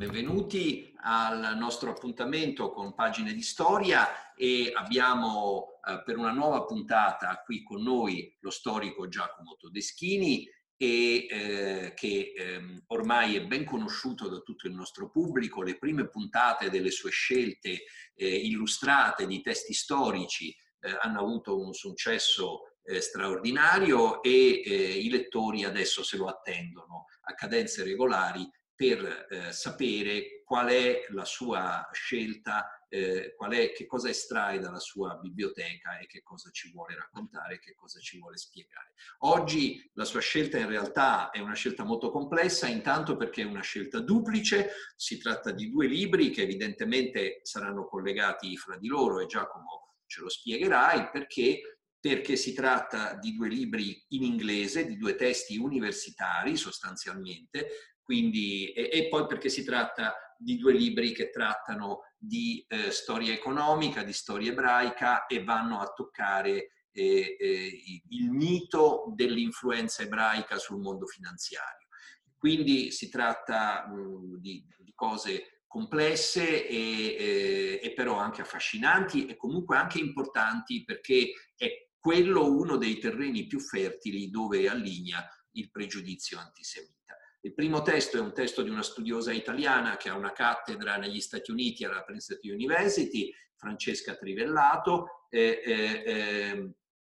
benvenuti al nostro appuntamento con Pagine di Storia e abbiamo per una nuova puntata qui con noi lo storico Giacomo Todeschini che ormai è ben conosciuto da tutto il nostro pubblico. Le prime puntate delle sue scelte illustrate di testi storici hanno avuto un successo straordinario e i lettori adesso se lo attendono a cadenze regolari per sapere qual è la sua scelta, che cosa estrae dalla sua biblioteca e che cosa ci vuole raccontare, che cosa ci vuole spiegare. Oggi la sua scelta in realtà è una scelta molto complessa, intanto perché è una scelta duplice, si tratta di due libri che evidentemente saranno collegati fra di loro e Giacomo ce lo spiegherà, il perché si tratta di due libri in inglese, di due testi universitari sostanzialmente, quindi, e poi perché si tratta di due libri che trattano di storia economica, di storia ebraica e vanno a toccare il mito dell'influenza ebraica sul mondo finanziario. Quindi si tratta di cose complesse e però anche affascinanti e comunque anche importanti, perché è quello uno dei terreni più fertili dove alligna il pregiudizio antisemita. Il primo testo è un testo di una studiosa italiana che ha una cattedra negli Stati Uniti alla Princeton University, Francesca Trivellato, è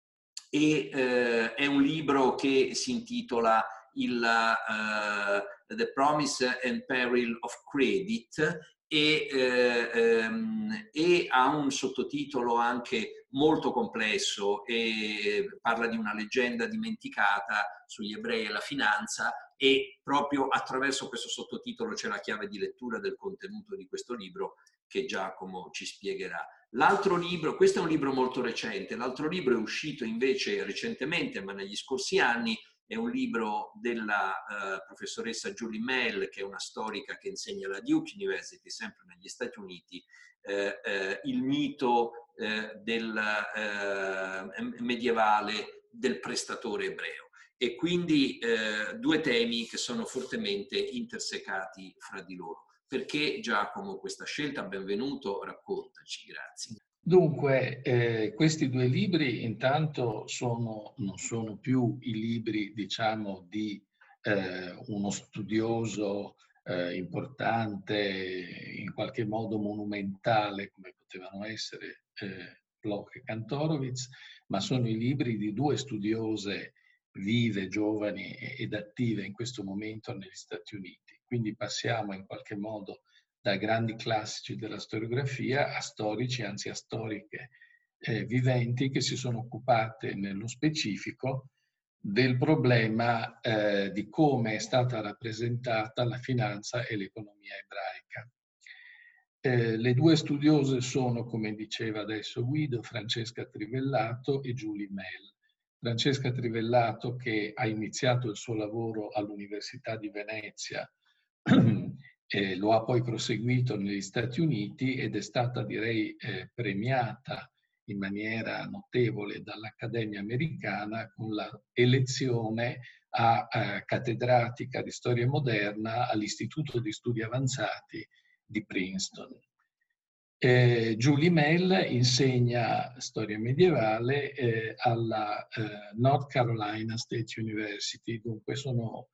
un libro che si intitola The Promise and Peril of Credit e ha un sottotitolo anche molto complesso e parla di una leggenda dimenticata sugli ebrei e la finanza, e proprio attraverso questo sottotitolo c'è la chiave di lettura del contenuto di questo libro che Giacomo ci spiegherà. L'altro libro, questo è un libro molto recente, l'altro libro è uscito invece recentemente, ma negli scorsi anni, è un libro della professoressa Julie Mell, che è una storica che insegna alla Duke University, sempre negli Stati Uniti, il mito medievale del prestatore ebreo. E quindi due temi che sono fortemente intersecati fra di loro. Perché Giacomo questa scelta? Benvenuto, raccontaci, grazie. Dunque, questi due libri intanto non sono più i libri, diciamo, di uno studioso importante, in qualche modo monumentale, come potevano essere Bloch e Kantorowicz, ma sono i libri di due studiose vive, giovani ed attive in questo momento negli Stati Uniti. Quindi passiamo in qualche modo da grandi classici della storiografia a storici, anzi a storiche viventi che si sono occupate nello specifico del problema di come è stata rappresentata la finanza e l'economia ebraica. Le due studiose sono, come diceva adesso Guido, Francesca Trivellato e Julie Mell. Francesca Trivellato, che ha iniziato il suo lavoro all'Università di Venezia, lo ha poi proseguito negli Stati Uniti ed è stata, direi, premiata in maniera notevole dall'Accademia americana con la elezione a cattedratica di storia moderna all'Istituto di Studi Avanzati di Princeton. Julie Mell insegna storia medievale alla North Carolina State University, dunque sono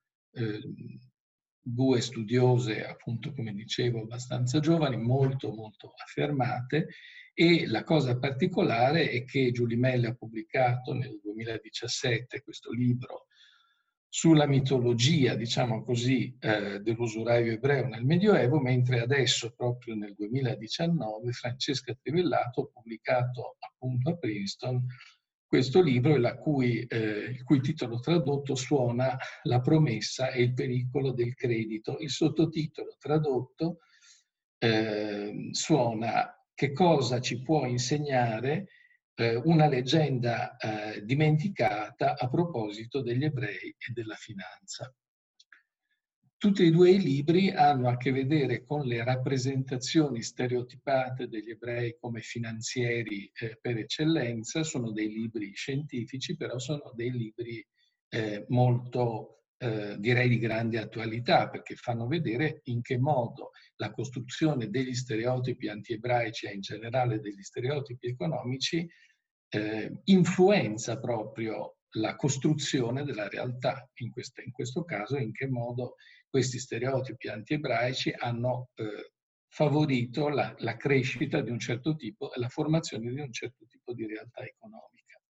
due studiose, appunto, come dicevo, abbastanza giovani, molto affermate, e la cosa particolare è che Julie Mell ha pubblicato nel 2017 questo libro sulla mitologia, diciamo così, dell'usuraio ebreo nel Medioevo, mentre adesso, proprio nel 2019, Francesca Trivellato ha pubblicato appunto a Princeton questo libro, il cui titolo tradotto suona La promessa e il pericolo del credito. Il sottotitolo tradotto suona Che cosa ci può insegnare una leggenda dimenticata a proposito degli ebrei e della finanza. Tutti e due i libri hanno a che vedere con le rappresentazioni stereotipate degli ebrei come finanzieri per eccellenza. Sono dei libri scientifici, però sono dei libri molto direi di grande attualità, perché fanno vedere in che modo la costruzione degli stereotipi antiebraici e in generale degli stereotipi economici influenza proprio la costruzione della realtà. In questo caso, in che modo questi stereotipi antiebraici hanno favorito la crescita di un certo tipo e la formazione di un certo tipo di realtà economica.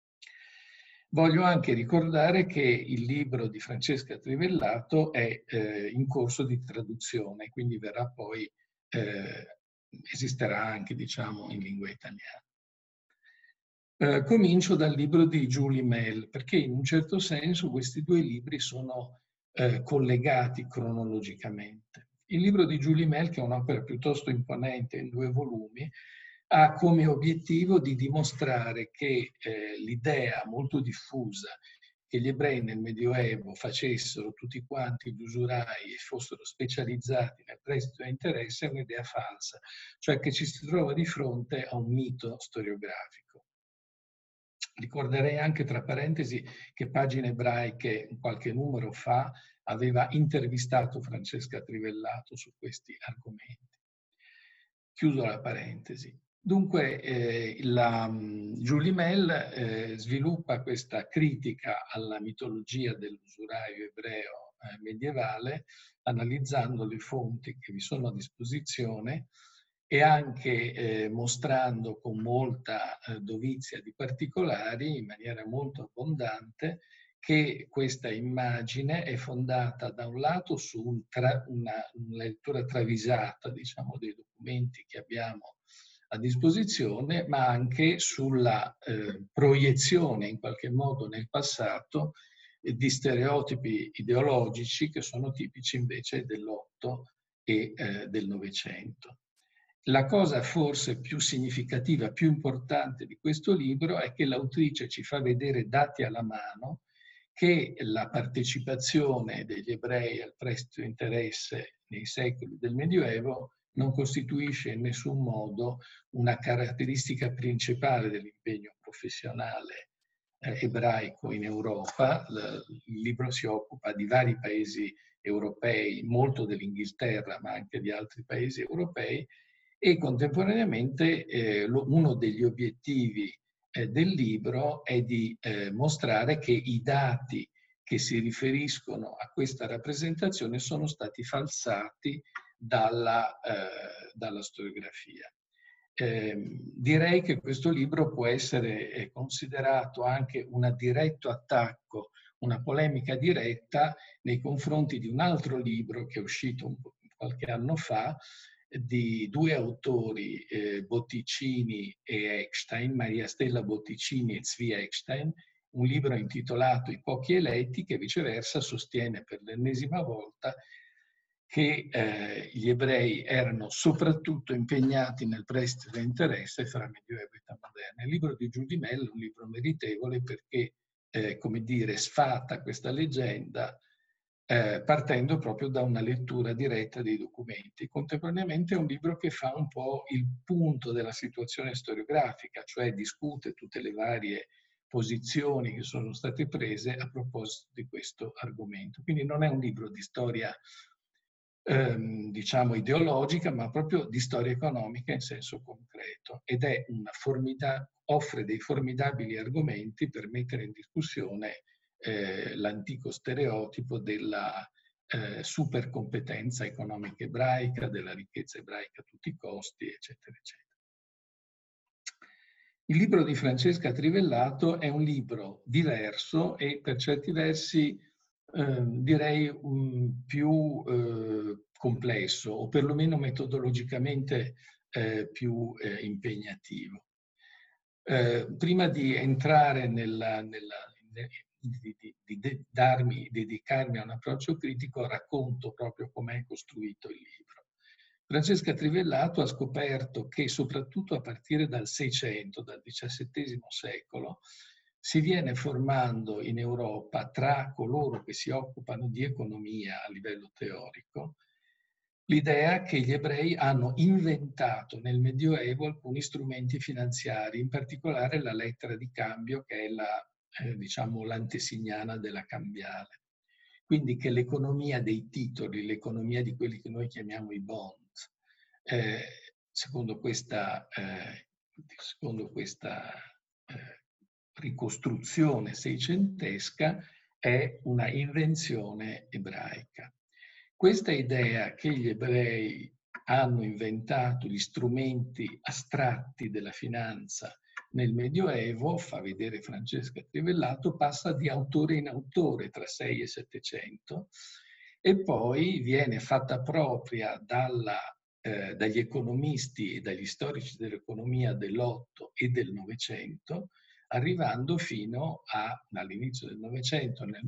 Voglio anche ricordare che il libro di Francesca Trivellato è in corso di traduzione, quindi verrà poi, esisterà anche, diciamo, in lingua italiana. Comincio dal libro di Julie Mel, perché in un certo senso questi due libri sono collegati cronologicamente. Il libro di Julie Mel, che è un'opera piuttosto imponente in 2 volumi, ha come obiettivo di dimostrare che l'idea molto diffusa che gli ebrei nel Medioevo facessero tutti quanti gli usurai e fossero specializzati nel prestito a interesse è un'idea falsa, cioè che ci si trova di fronte a un mito storiografico. Ricorderei anche, tra parentesi, che Pagine Ebraiche, qualche numero fa, aveva intervistato Francesca Trivellato su questi argomenti. Chiuso la parentesi. Dunque, Julie Mel sviluppa questa critica alla mitologia dell'usuraio ebreo medievale, analizzando le fonti che vi sono a disposizione e anche mostrando con molta dovizia di particolari, in maniera molto abbondante, che questa immagine è fondata da un lato su una lettura travisata, diciamo, dei documenti che abbiamo a disposizione, ma anche sulla proiezione in qualche modo nel passato di stereotipi ideologici che sono tipici invece dell'8 e del Novecento. La cosa forse più significativa, più importante di questo libro è che l'autrice ci fa vedere dati alla mano che la partecipazione degli ebrei al prestito interesse nei secoli del Medioevo non costituisce in nessun modo una caratteristica principale dell'impegno professionale ebraico in Europa. Il libro si occupa di vari paesi europei, molto dell'Inghilterra, ma anche di altri paesi europei, e contemporaneamente uno degli obiettivi del libro è di mostrare che i dati che si riferiscono a questa rappresentazione sono stati falsati dalla storiografia. Direi che questo libro può essere considerato anche un diretto attacco, una polemica diretta nei confronti di un altro libro che è uscito qualche anno fa, di 2 autori, Botticini e Eckstein, Maria Stella Botticini e Zvi Eckstein, un libro intitolato I pochi eletti, che viceversa sostiene per l'ennesima volta che gli ebrei erano soprattutto impegnati nel prestito di interesse fra Medioevo e età moderna. Il libro di Julie Mel è un libro meritevole perché, come dire, sfata questa leggenda partendo proprio da una lettura diretta dei documenti. Contemporaneamente è un libro che fa un po' il punto della situazione storiografica, cioè discute tutte le varie posizioni che sono state prese a proposito di questo argomento. Quindi non è un libro di storia, diciamo, ideologica, ma proprio di storia economica in senso concreto, ed è offre dei formidabili argomenti per mettere in discussione l'antico stereotipo della supercompetenza economica ebraica, della ricchezza ebraica a tutti i costi, eccetera, eccetera. Il libro di Francesca Trivellato è un libro diverso e per certi versi direi più complesso, o perlomeno metodologicamente più impegnativo. Prima di entrare di dedicarmi a un approccio critico, racconto proprio com'è costruito il libro. Francesca Trivellato ha scoperto che soprattutto a partire dal Seicento, dal XVII secolo, si viene formando in Europa tra coloro che si occupano di economia a livello teorico l'idea che gli ebrei hanno inventato nel Medioevo alcuni strumenti finanziari, in particolare la lettera di cambio, che è diciamo, l'antesignana della cambiale. quindi che l'economia dei titoli, l'economia di quelli che noi chiamiamo i bond, secondo questa ricostruzione seicentesca, è una invenzione ebraica. Questa idea che gli ebrei hanno inventato gli strumenti astratti della finanza nel Medioevo, fa vedere Francesca Trivellato, passa di autore in autore tra 6 e 700 e poi viene fatta propria dagli economisti e dagli storici dell'economia dell'8 e del Novecento, arrivando fino all'inizio del Novecento, nel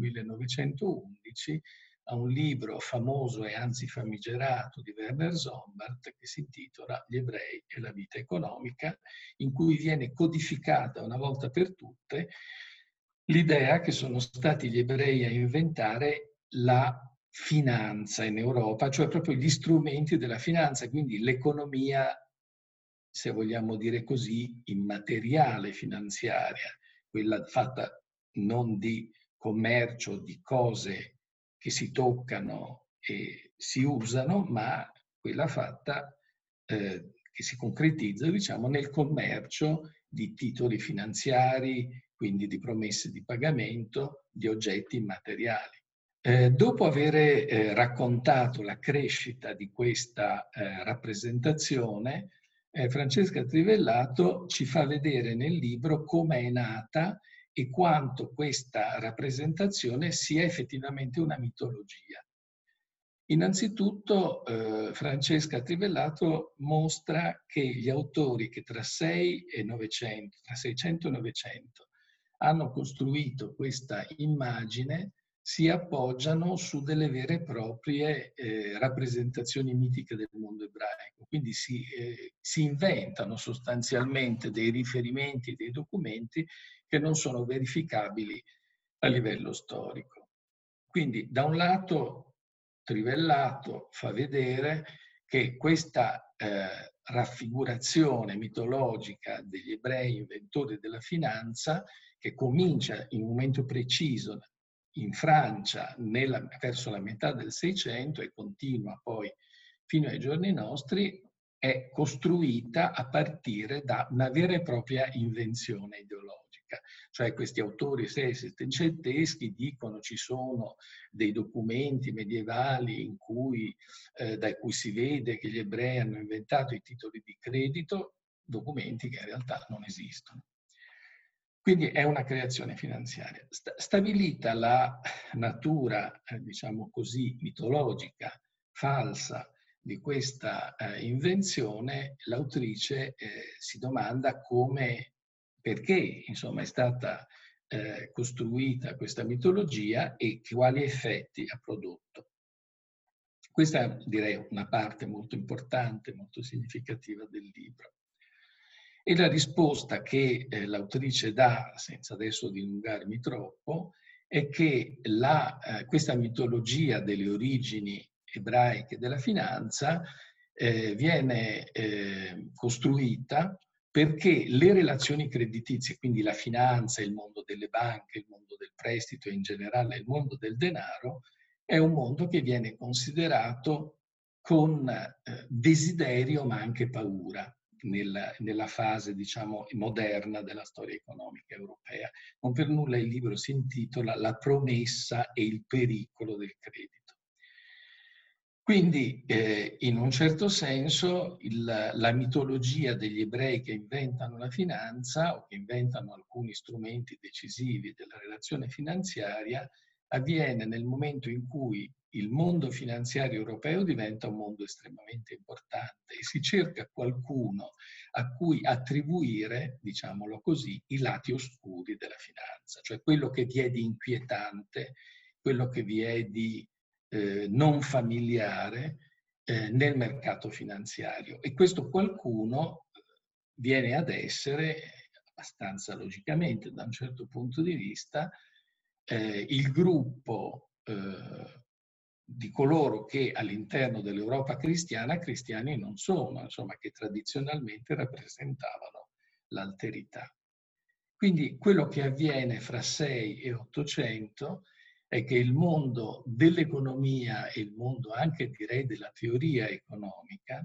1911, a un libro famoso e anzi famigerato di Werner Sombart che si intitola Gli ebrei e la vita economica, in cui viene codificata una volta per tutte l'idea che sono stati gli ebrei a inventare la finanza in Europa, cioè proprio gli strumenti della finanza, quindi l'economia, se vogliamo dire così, immateriale finanziaria, quella fatta non di commercio, di cose che si toccano e si usano, ma quella fatta che si concretizza, diciamo, nel commercio di titoli finanziari, quindi di promesse di pagamento, di oggetti immateriali. Dopo aver raccontato la crescita di questa rappresentazione, Francesca Trivellato ci fa vedere nel libro come è nata e quanto questa rappresentazione sia effettivamente una mitologia. Innanzitutto Francesca Trivellato mostra che gli autori che tra 600 e 900 hanno costruito questa immagine si appoggiano su delle vere e proprie rappresentazioni mitiche del mondo ebraico. Quindi si inventano sostanzialmente dei riferimenti, dei documenti che non sono verificabili a livello storico. Quindi da un lato Trivellato fa vedere che questa raffigurazione mitologica degli ebrei inventori della finanza, che comincia in un momento preciso in Francia verso la metà del Seicento e continua poi fino ai giorni nostri, è costruita a partire da una vera e propria invenzione ideologica. Cioè questi autori settecenteschi dicono ci sono dei documenti medievali da cui si vede che gli ebrei hanno inventato i titoli di credito, documenti che in realtà non esistono. Quindi è una creazione finanziaria. Stabilita la natura, diciamo così, mitologica, falsa di questa invenzione, l'autrice si domanda perché, insomma, è stata costruita questa mitologia e quali effetti ha prodotto. Questa è, direi, una parte molto importante, molto significativa del libro. E la risposta che l'autrice dà, senza adesso dilungarmi troppo, è che questa mitologia delle origini ebraiche della finanza viene costruita perché le relazioni creditizie, quindi la finanza, il mondo delle banche, il mondo del prestito e in generale il mondo del denaro, è un mondo che viene considerato con desiderio ma anche paura nella fase, diciamo, moderna della storia economica europea. Non per nulla il libro si intitola La promessa e il pericolo del credito. Quindi, in un certo senso, la mitologia degli ebrei che inventano la finanza o che inventano alcuni strumenti decisivi della relazione finanziaria avviene nel momento in cui il mondo finanziario europeo diventa un mondo estremamente importante e si cerca qualcuno a cui attribuire, diciamolo così, i lati oscuri della finanza, cioè quello che vi è di inquietante, quello che vi è di non familiare nel mercato finanziario. E questo qualcuno viene ad essere, abbastanza logicamente da un certo punto di vista, il gruppo di coloro che all'interno dell'Europa cristiana cristiani non sono, insomma, che tradizionalmente rappresentavano l'alterità. Quindi quello che avviene fra 6 e 800 è che il mondo dell'economia e il mondo anche, direi, della teoria economica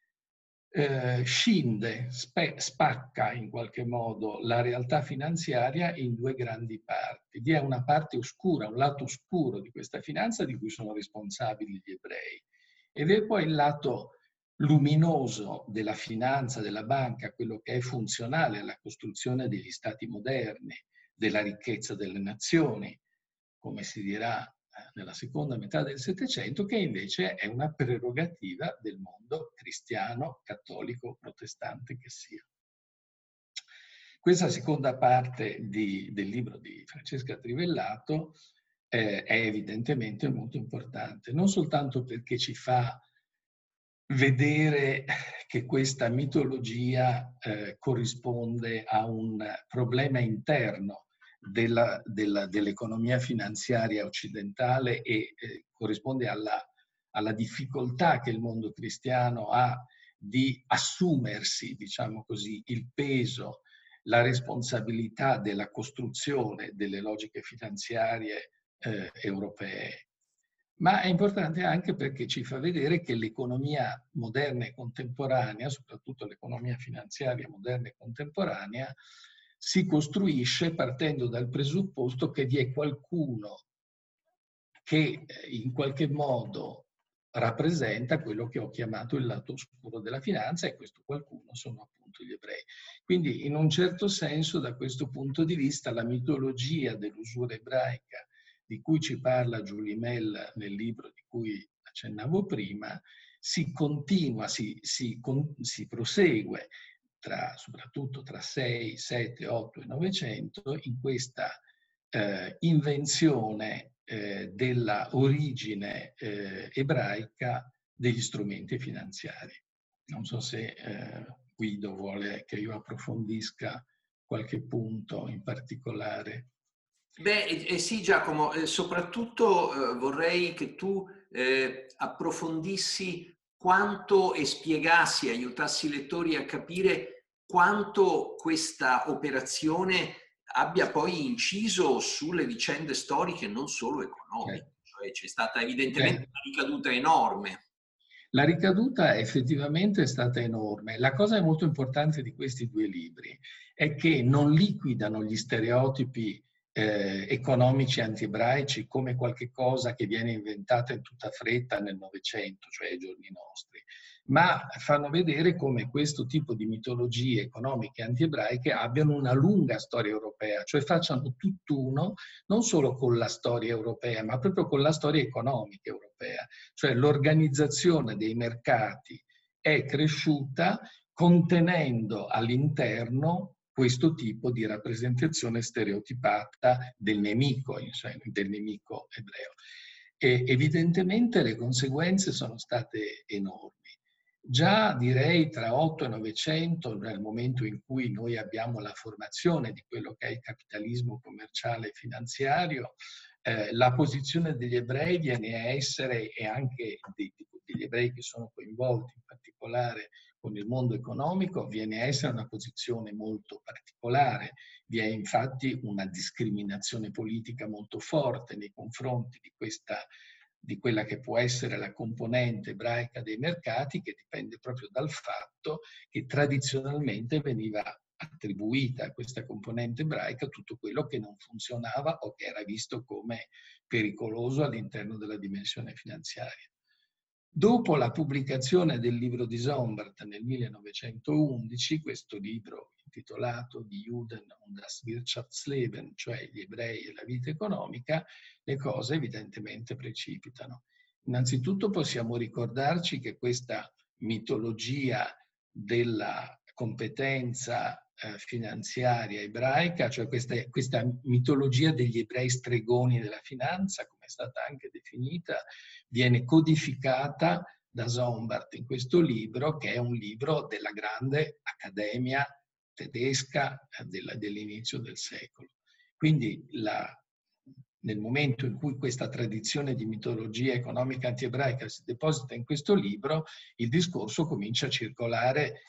scinde, spacca in qualche modo la realtà finanziaria in due grandi parti. Vi è una parte oscura, un lato oscuro di questa finanza di cui sono responsabili gli ebrei, e vi è poi il lato luminoso della finanza, della banca, quello che è funzionale alla costruzione degli stati moderni, della ricchezza delle nazioni, come si dirà nella seconda metà del Settecento, che invece è una prerogativa del mondo cristiano, cattolico, protestante che sia. Questa seconda parte del libro di Francesca Trivellato è evidentemente molto importante, non soltanto perché ci fa vedere che questa mitologia corrisponde a un problema interno dell'economia finanziaria occidentale e corrisponde alla difficoltà che il mondo cristiano ha di assumersi, diciamo così, il peso, la responsabilità della costruzione delle logiche finanziarie europee. Ma è importante anche perché ci fa vedere che l'economia moderna e contemporanea, soprattutto l'economia finanziaria moderna e contemporanea, si costruisce partendo dal presupposto che vi è qualcuno che in qualche modo rappresenta quello che ho chiamato il lato oscuro della finanza, e questo qualcuno sono appunto gli ebrei. Quindi in un certo senso, da questo punto di vista, la mitologia dell'usura ebraica di cui ci parla Julie Mell nel libro di cui accennavo prima, si continua, si prosegue soprattutto tra 6, 7, 8 e 900 in questa invenzione della origine ebraica degli strumenti finanziari. Non so se Guido vuole che io approfondisca qualche punto in particolare. Beh, sì Giacomo, soprattutto vorrei che tu approfondissi quanto e spiegassi, aiutassi i lettori a capire quanto questa operazione abbia poi inciso sulle vicende storiche, non solo economiche. Cioè, c'è stata evidentemente una ricaduta enorme. La ricaduta effettivamente è stata enorme. La cosa molto importante di questi due libri è che non liquidano gli stereotipi economici anti-ebraici come qualche cosa che viene inventata in tutta fretta nel Novecento, cioè ai giorni nostri, ma fanno vedere come questo tipo di mitologie economiche anti-ebraiche abbiano una lunga storia europea, cioè facciano tutt'uno non solo con la storia europea, ma proprio con la storia economica europea. Cioè l'organizzazione dei mercati è cresciuta contenendo all'interno questo tipo di rappresentazione stereotipata del nemico ebreo. E evidentemente le conseguenze sono state enormi. Già direi tra 8 e 900, nel momento in cui noi abbiamo la formazione di quello che è il capitalismo commerciale e finanziario, la posizione degli ebrei viene a essere, e anche degli ebrei che sono coinvolti in particolare con il mondo economico, viene a essere una posizione molto particolare. Vi è infatti una discriminazione politica molto forte nei confronti di quella che può essere la componente ebraica dei mercati, che dipende proprio dal fatto che tradizionalmente veniva attribuita a questa componente ebraica tutto quello che non funzionava o che era visto come pericoloso all'interno della dimensione finanziaria. Dopo la pubblicazione del libro di Sombart nel 1911, questo libro intitolato Die Juden und das Wirtschaftsleben, cioè gli ebrei e la vita economica, le cose evidentemente precipitano. Innanzitutto possiamo ricordarci che questa mitologia della competenza finanziaria ebraica, cioè questa mitologia degli ebrei stregoni della finanza, come è stata anche definita, viene codificata da Sombart in questo libro, che è un libro della grande accademia tedesca dell'inizio del secolo. Quindi nel momento in cui questa tradizione di mitologia economica antiebraica si deposita in questo libro, il discorso comincia a circolare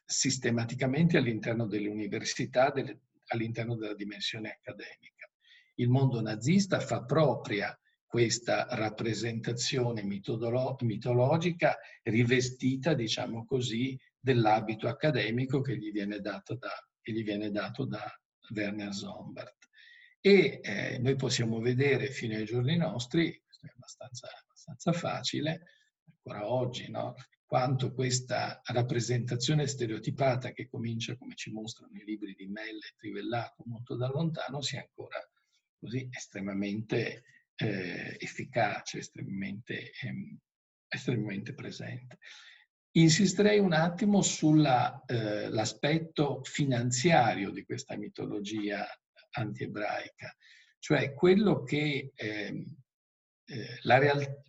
sistematicamente all'interno delle università, all'interno della dimensione accademica. il mondo nazista fa propria questa rappresentazione mitologica rivestita, diciamo così, dell'abito accademico che gli viene dato da Werner Sombart. E noi possiamo vedere fino ai giorni nostri, questo è abbastanza facile, ancora oggi, no? Quanto questa rappresentazione stereotipata che comincia, come ci mostrano i libri di Melle e Trivellato, molto da lontano, sia ancora così estremamente efficace, estremamente presente. Insisterei un attimo sull'aspetto finanziario di questa mitologia antiebraica, cioè quello che la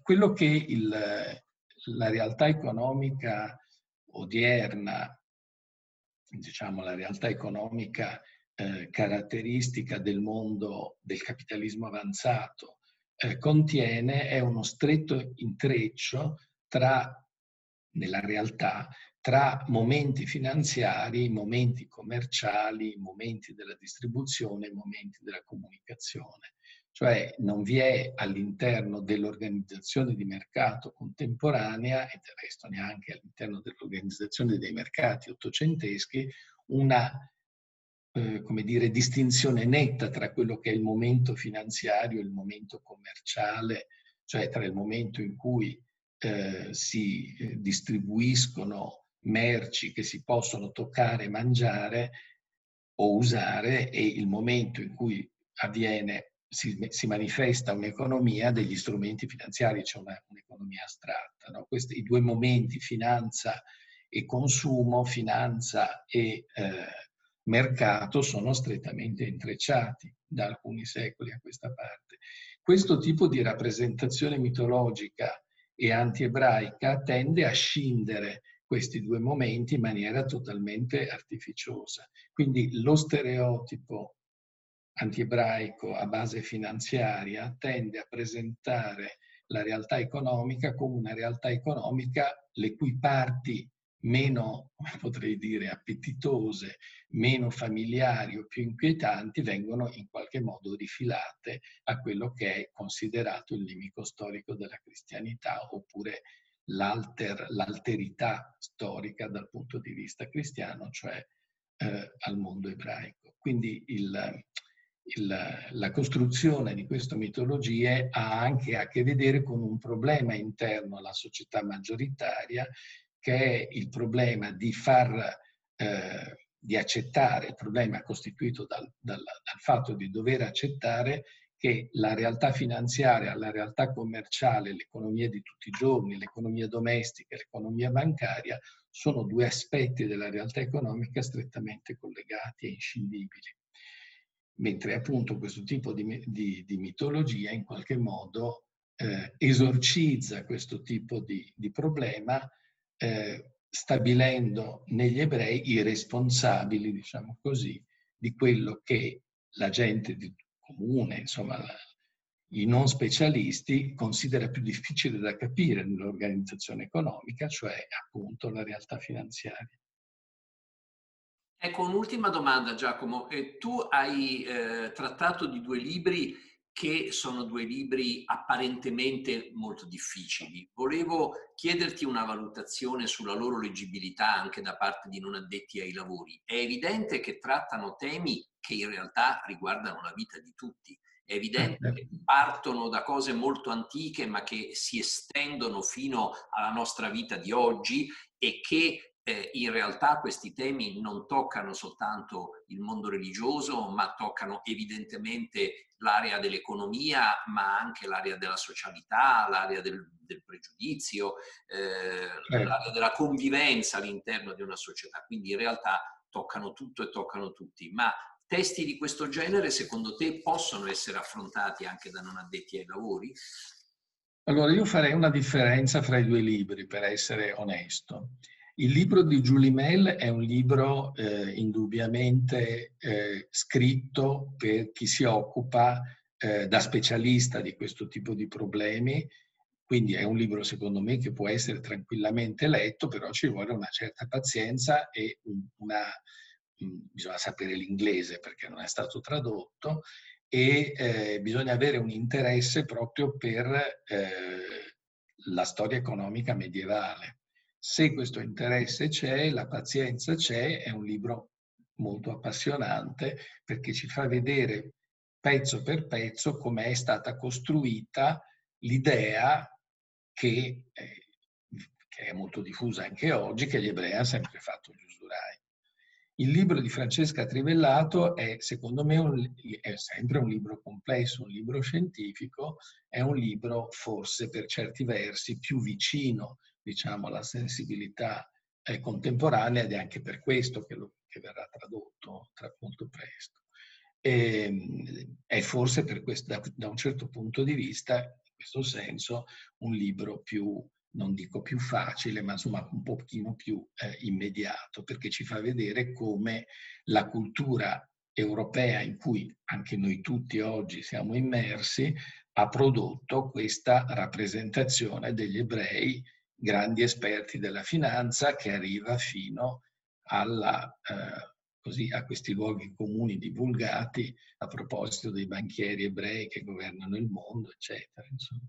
realtà economica odierna, diciamo la realtà economica caratteristica del mondo del capitalismo avanzato, contiene è uno stretto intreccio nella realtà tra momenti finanziari, momenti commerciali, momenti della distribuzione, momenti della comunicazione. Cioè non vi è all'interno dell'organizzazione di mercato contemporanea, e del resto neanche all'interno dell'organizzazione dei mercati ottocenteschi, una come dire, distinzione netta tra quello che è il momento finanziario e il momento commerciale, cioè tra il momento in cui si distribuiscono merci che si possono toccare, mangiare o usare, e il momento in cui si manifesta un'economia degli strumenti finanziari, cioè un'economia astratta. No? I due momenti, finanza e consumo, finanza e mercato, sono strettamente intrecciati da alcuni secoli a questa parte. Questo tipo di rappresentazione mitologica e antiebraica tende a scindere questi due momenti in maniera totalmente artificiosa. Quindi lo stereotipo antiebraico a base finanziaria tende a presentare la realtà economica come una realtà economica le cui parti meno, potrei dire, appetitose, meno familiari o più inquietanti vengono in qualche modo rifilate a quello che è considerato il nemico storico della cristianità, oppure l'alterità storica dal punto di vista cristiano, cioè al mondo ebraico. Quindi la costruzione di queste mitologie ha anche a che vedere con un problema interno alla società maggioritaria, che è il problema di accettare, il problema costituito dal fatto di dover accettare che la realtà finanziaria, la realtà commerciale, l'economia di tutti i giorni, l'economia domestica e l'economia bancaria sono due aspetti della realtà economica strettamente collegati e inscindibili. Mentre appunto questo tipo di mitologia in qualche modo esorcizza questo tipo di problema, stabilendo negli ebrei i responsabili, diciamo così, di quello che la gente comune, insomma, i non specialisti, considera più difficile da capire nell'organizzazione economica, cioè appunto la realtà finanziaria. Ecco, un'ultima domanda, Giacomo. Tu hai trattato di due libri che sono due libri apparentemente molto difficili. Volevo chiederti una valutazione sulla loro leggibilità anche da parte di non addetti ai lavori. È evidente che trattano temi che in realtà riguardano la vita di tutti. È evidente che partono da cose molto antiche ma che si estendono fino alla nostra vita di oggi, e che in realtà questi temi non toccano soltanto il mondo religioso, ma toccano evidentemente l'area dell'economia, ma anche l'area della socialità, l'area del pregiudizio, l'area della convivenza all'interno di una società. Quindi in realtà toccano tutto e toccano tutti. Ma testi di questo genere, secondo te, possono essere affrontati anche da non addetti ai lavori? Allora, io farei una differenza fra i due libri, per essere onesto. Il libro di Julie Mel è un libro indubbiamente scritto per chi si occupa da specialista di questo tipo di problemi, quindi è un libro secondo me che può essere tranquillamente letto, però ci vuole una certa pazienza e bisogna sapere l'inglese perché non è stato tradotto, e bisogna avere un interesse proprio per la storia economica medievale. Se questo interesse c'è, la pazienza c'è, è un libro molto appassionante perché ci fa vedere pezzo per pezzo come è stata costruita l'idea che è molto diffusa anche oggi, che gli ebrei hanno sempre fatto giusurai. Il libro di Francesca Trivellato è, secondo me, è sempre un libro complesso, un libro scientifico, è un libro forse per certi versi più vicino, diciamo, alla sensibilità contemporanea, ed è anche per questo che verrà tradotto tra molto presto. È forse per questo, da un certo punto di vista, in questo senso, un libro più, non dico più facile, ma insomma un pochino più immediato, perché ci fa vedere come la cultura europea, in cui anche noi tutti oggi siamo immersi, ha prodotto questa rappresentazione degli ebrei, grandi esperti della finanza, che arriva fino alla, così, a questi luoghi comuni divulgati a proposito dei banchieri ebrei che governano il mondo, eccetera. Insomma.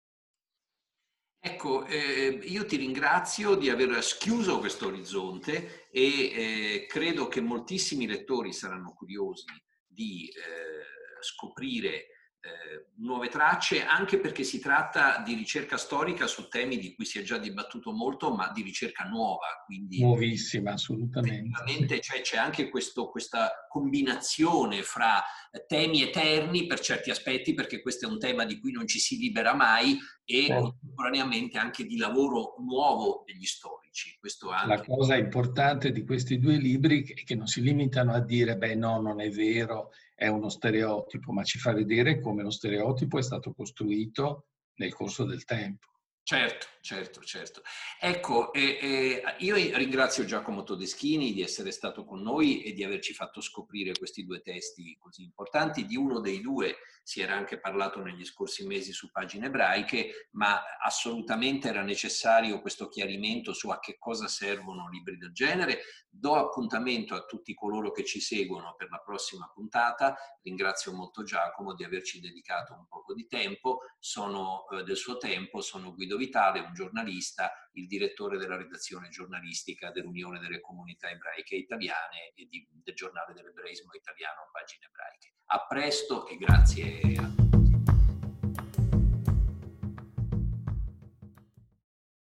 Ecco, io ti ringrazio di aver schiuso questo orizzonte e credo che moltissimi lettori saranno curiosi di scoprire nuove tracce, anche perché si tratta di ricerca storica su temi di cui si è già dibattuto molto, ma di ricerca nuova, quindi nuovissima, assolutamente. effettivamente c'è anche questa combinazione fra temi eterni per certi aspetti, perché questo è un tema di cui non ci si libera mai, e contemporaneamente anche di lavoro nuovo degli storici. Questo anche. La cosa importante di questi due libri è che non si limitano a dire beh no, non è vero, è uno stereotipo, ma ci fa vedere come lo stereotipo è stato costruito nel corso del tempo. Certo, certo, certo. Ecco, io ringrazio Giacomo Todeschini di essere stato con noi e di averci fatto scoprire questi due testi così importanti. Di uno dei due si era anche parlato negli scorsi mesi su Pagine Ebraiche, ma assolutamente era necessario questo chiarimento su a che cosa servono libri del genere. Do appuntamento a tutti coloro che ci seguono per la prossima puntata. Ringrazio molto Giacomo di averci dedicato un poco di tempo. Del suo tempo, sono Guido Vitale, un giornalista, il direttore della redazione giornalistica dell'Unione delle Comunità Ebraiche Italiane e del giornale dell'ebraismo italiano Pagine Ebraiche. A presto e grazie a tutti.